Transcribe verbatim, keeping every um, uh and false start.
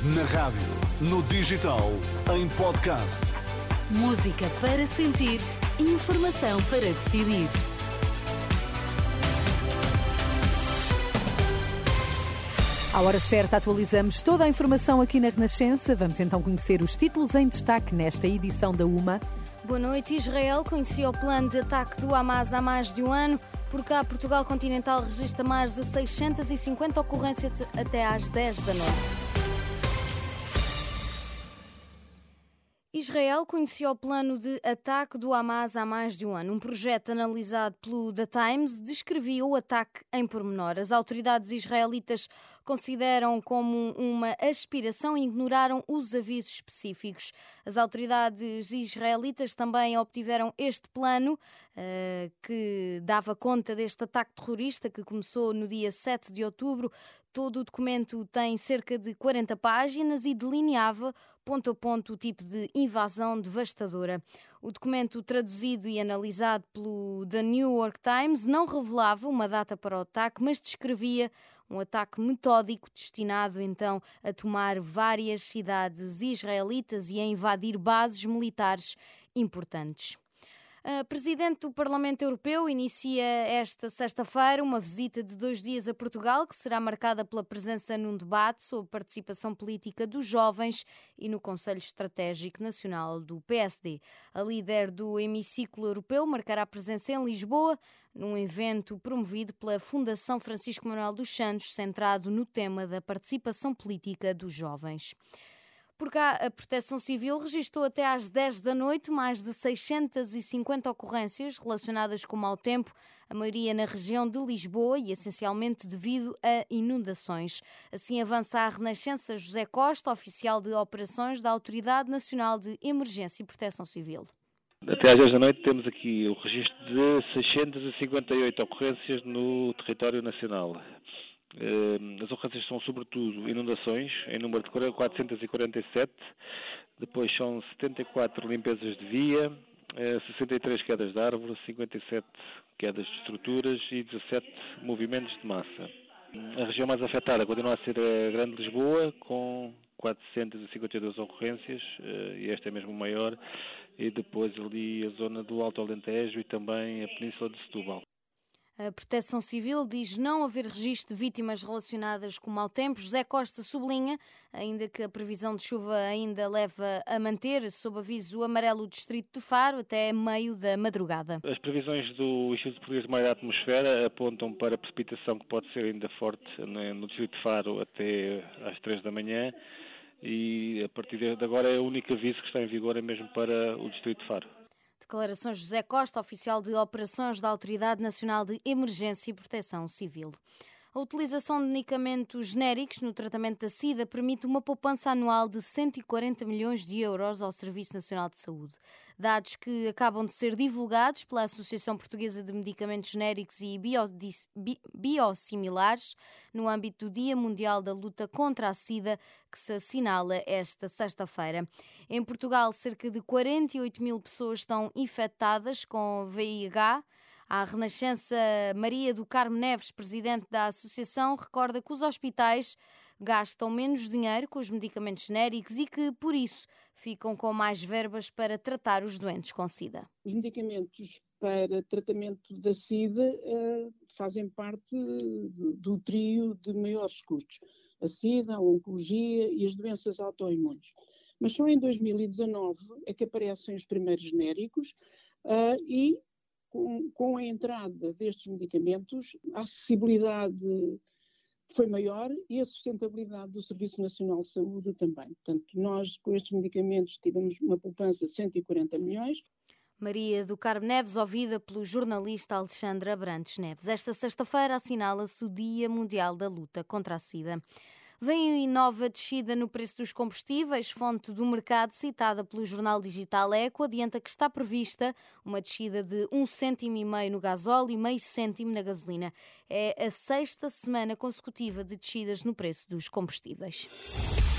Na rádio, no digital, em podcast. Música para sentir, informação para decidir. À hora certa, atualizamos toda a informação aqui na Renascença. Vamos então conhecer os títulos em destaque nesta edição da UMA. Boa noite. Israel conhecia o plano de ataque do Hamas há mais de um ano. Por cá, Portugal continental registra mais de seiscentas e cinquenta ocorrências até às dez da noite. Israel conhecia o plano de ataque do Hamas há mais de um ano. Um projeto analisado pelo The Times descrevia o ataque em pormenor. As autoridades israelitas consideram como uma aspiração e ignoraram os avisos específicos. As autoridades israelitas também obtiveram este plano uh, que dava conta deste ataque terrorista que começou no dia sete de outubro. Todo o documento tem cerca de quarenta páginas e delineava ponto a ponto o tipo de invasão devastadora. O documento, traduzido e analisado pelo The New York Times, não revelava uma data para o ataque, mas descrevia um ataque metódico destinado então a tomar várias cidades israelitas e a invadir bases militares importantes. A Presidente do Parlamento Europeu inicia esta sexta-feira uma visita de dois dias a Portugal, que será marcada pela presença num debate sobre participação política dos jovens e no Conselho Estratégico Nacional do P S D. A líder do Hemiciclo Europeu marcará presença em Lisboa, num evento promovido pela Fundação Francisco Manuel dos Santos, centrado no tema da participação política dos jovens. Por cá, a Proteção Civil registrou até às dez da noite mais de seiscentas e cinquenta ocorrências relacionadas com o mau tempo, a maioria na região de Lisboa e essencialmente devido a inundações. Assim avança a Renascença José Costa, oficial de operações da Autoridade Nacional de Emergência e Proteção Civil. Até às dez da noite temos aqui o registro de seiscentas e cinquenta e oito ocorrências no território nacional. As ocorrências são sobretudo inundações, em número de quatrocentas e quarenta e sete, depois são setenta e quatro limpezas de via, sessenta e três quedas de árvore, cinquenta e sete quedas de estruturas e dezassete movimentos de massa. A região mais afetada continua a ser a Grande Lisboa, com quatrocentas e cinquenta e duas ocorrências, e esta é mesmo maior, e depois ali a zona do Alto Alentejo e também a Península de Setúbal. A Proteção Civil diz não haver registro de vítimas relacionadas com o mau tempo. José Costa sublinha, ainda que a previsão de chuva ainda leva a manter, sob aviso amarelo, o distrito de Faro até meio da madrugada. As previsões do Instituto Português de Mar e Atmosfera apontam para precipitação que pode ser ainda forte no distrito de Faro até às três da manhã e a partir de agora é o único aviso que está em vigor é mesmo para o distrito de Faro. Declarações de José Costa, oficial de operações da Autoridade Nacional de Emergência e Proteção Civil. A utilização de medicamentos genéricos no tratamento da SIDA permite uma poupança anual de cento e quarenta milhões de euros ao Serviço Nacional de Saúde. Dados que acabam de ser divulgados pela Associação Portuguesa de Medicamentos Genéricos e Biosimilares no âmbito do Dia Mundial da Luta contra a SIDA, que se assinala esta sexta-feira. Em Portugal, cerca de quarenta e oito mil pessoas estão infectadas com V I H. A Renascença Maria do Carmo Neves, presidente da associação, recorda que os hospitais gastam menos dinheiro com os medicamentos genéricos e que, por isso, ficam com mais verbas para tratar os doentes com SIDA. Os medicamentos para tratamento da SIDA uh, fazem parte do, do trio de maiores custos. A SIDA, a oncologia e as doenças autoimunes. Mas só em dois mil e dezanove é que aparecem os primeiros genéricos uh, e Com, com a entrada destes medicamentos, a acessibilidade foi maior e a sustentabilidade do Serviço Nacional de Saúde também. Portanto, nós com estes medicamentos tivemos uma poupança de cento e quarenta milhões. Maria do Carmo Neves, ouvida pelo jornalista Alexandre Abrantes Neves. Esta sexta-feira assinala-se o Dia Mundial da Luta contra a SIDA. Vem nova descida no preço dos combustíveis. Fonte do mercado, citada pelo jornal digital Eco, adianta que está prevista uma descida de um cêntimo e meio no gasóleo e meio cêntimo na gasolina. É a sexta semana consecutiva de descidas no preço dos combustíveis.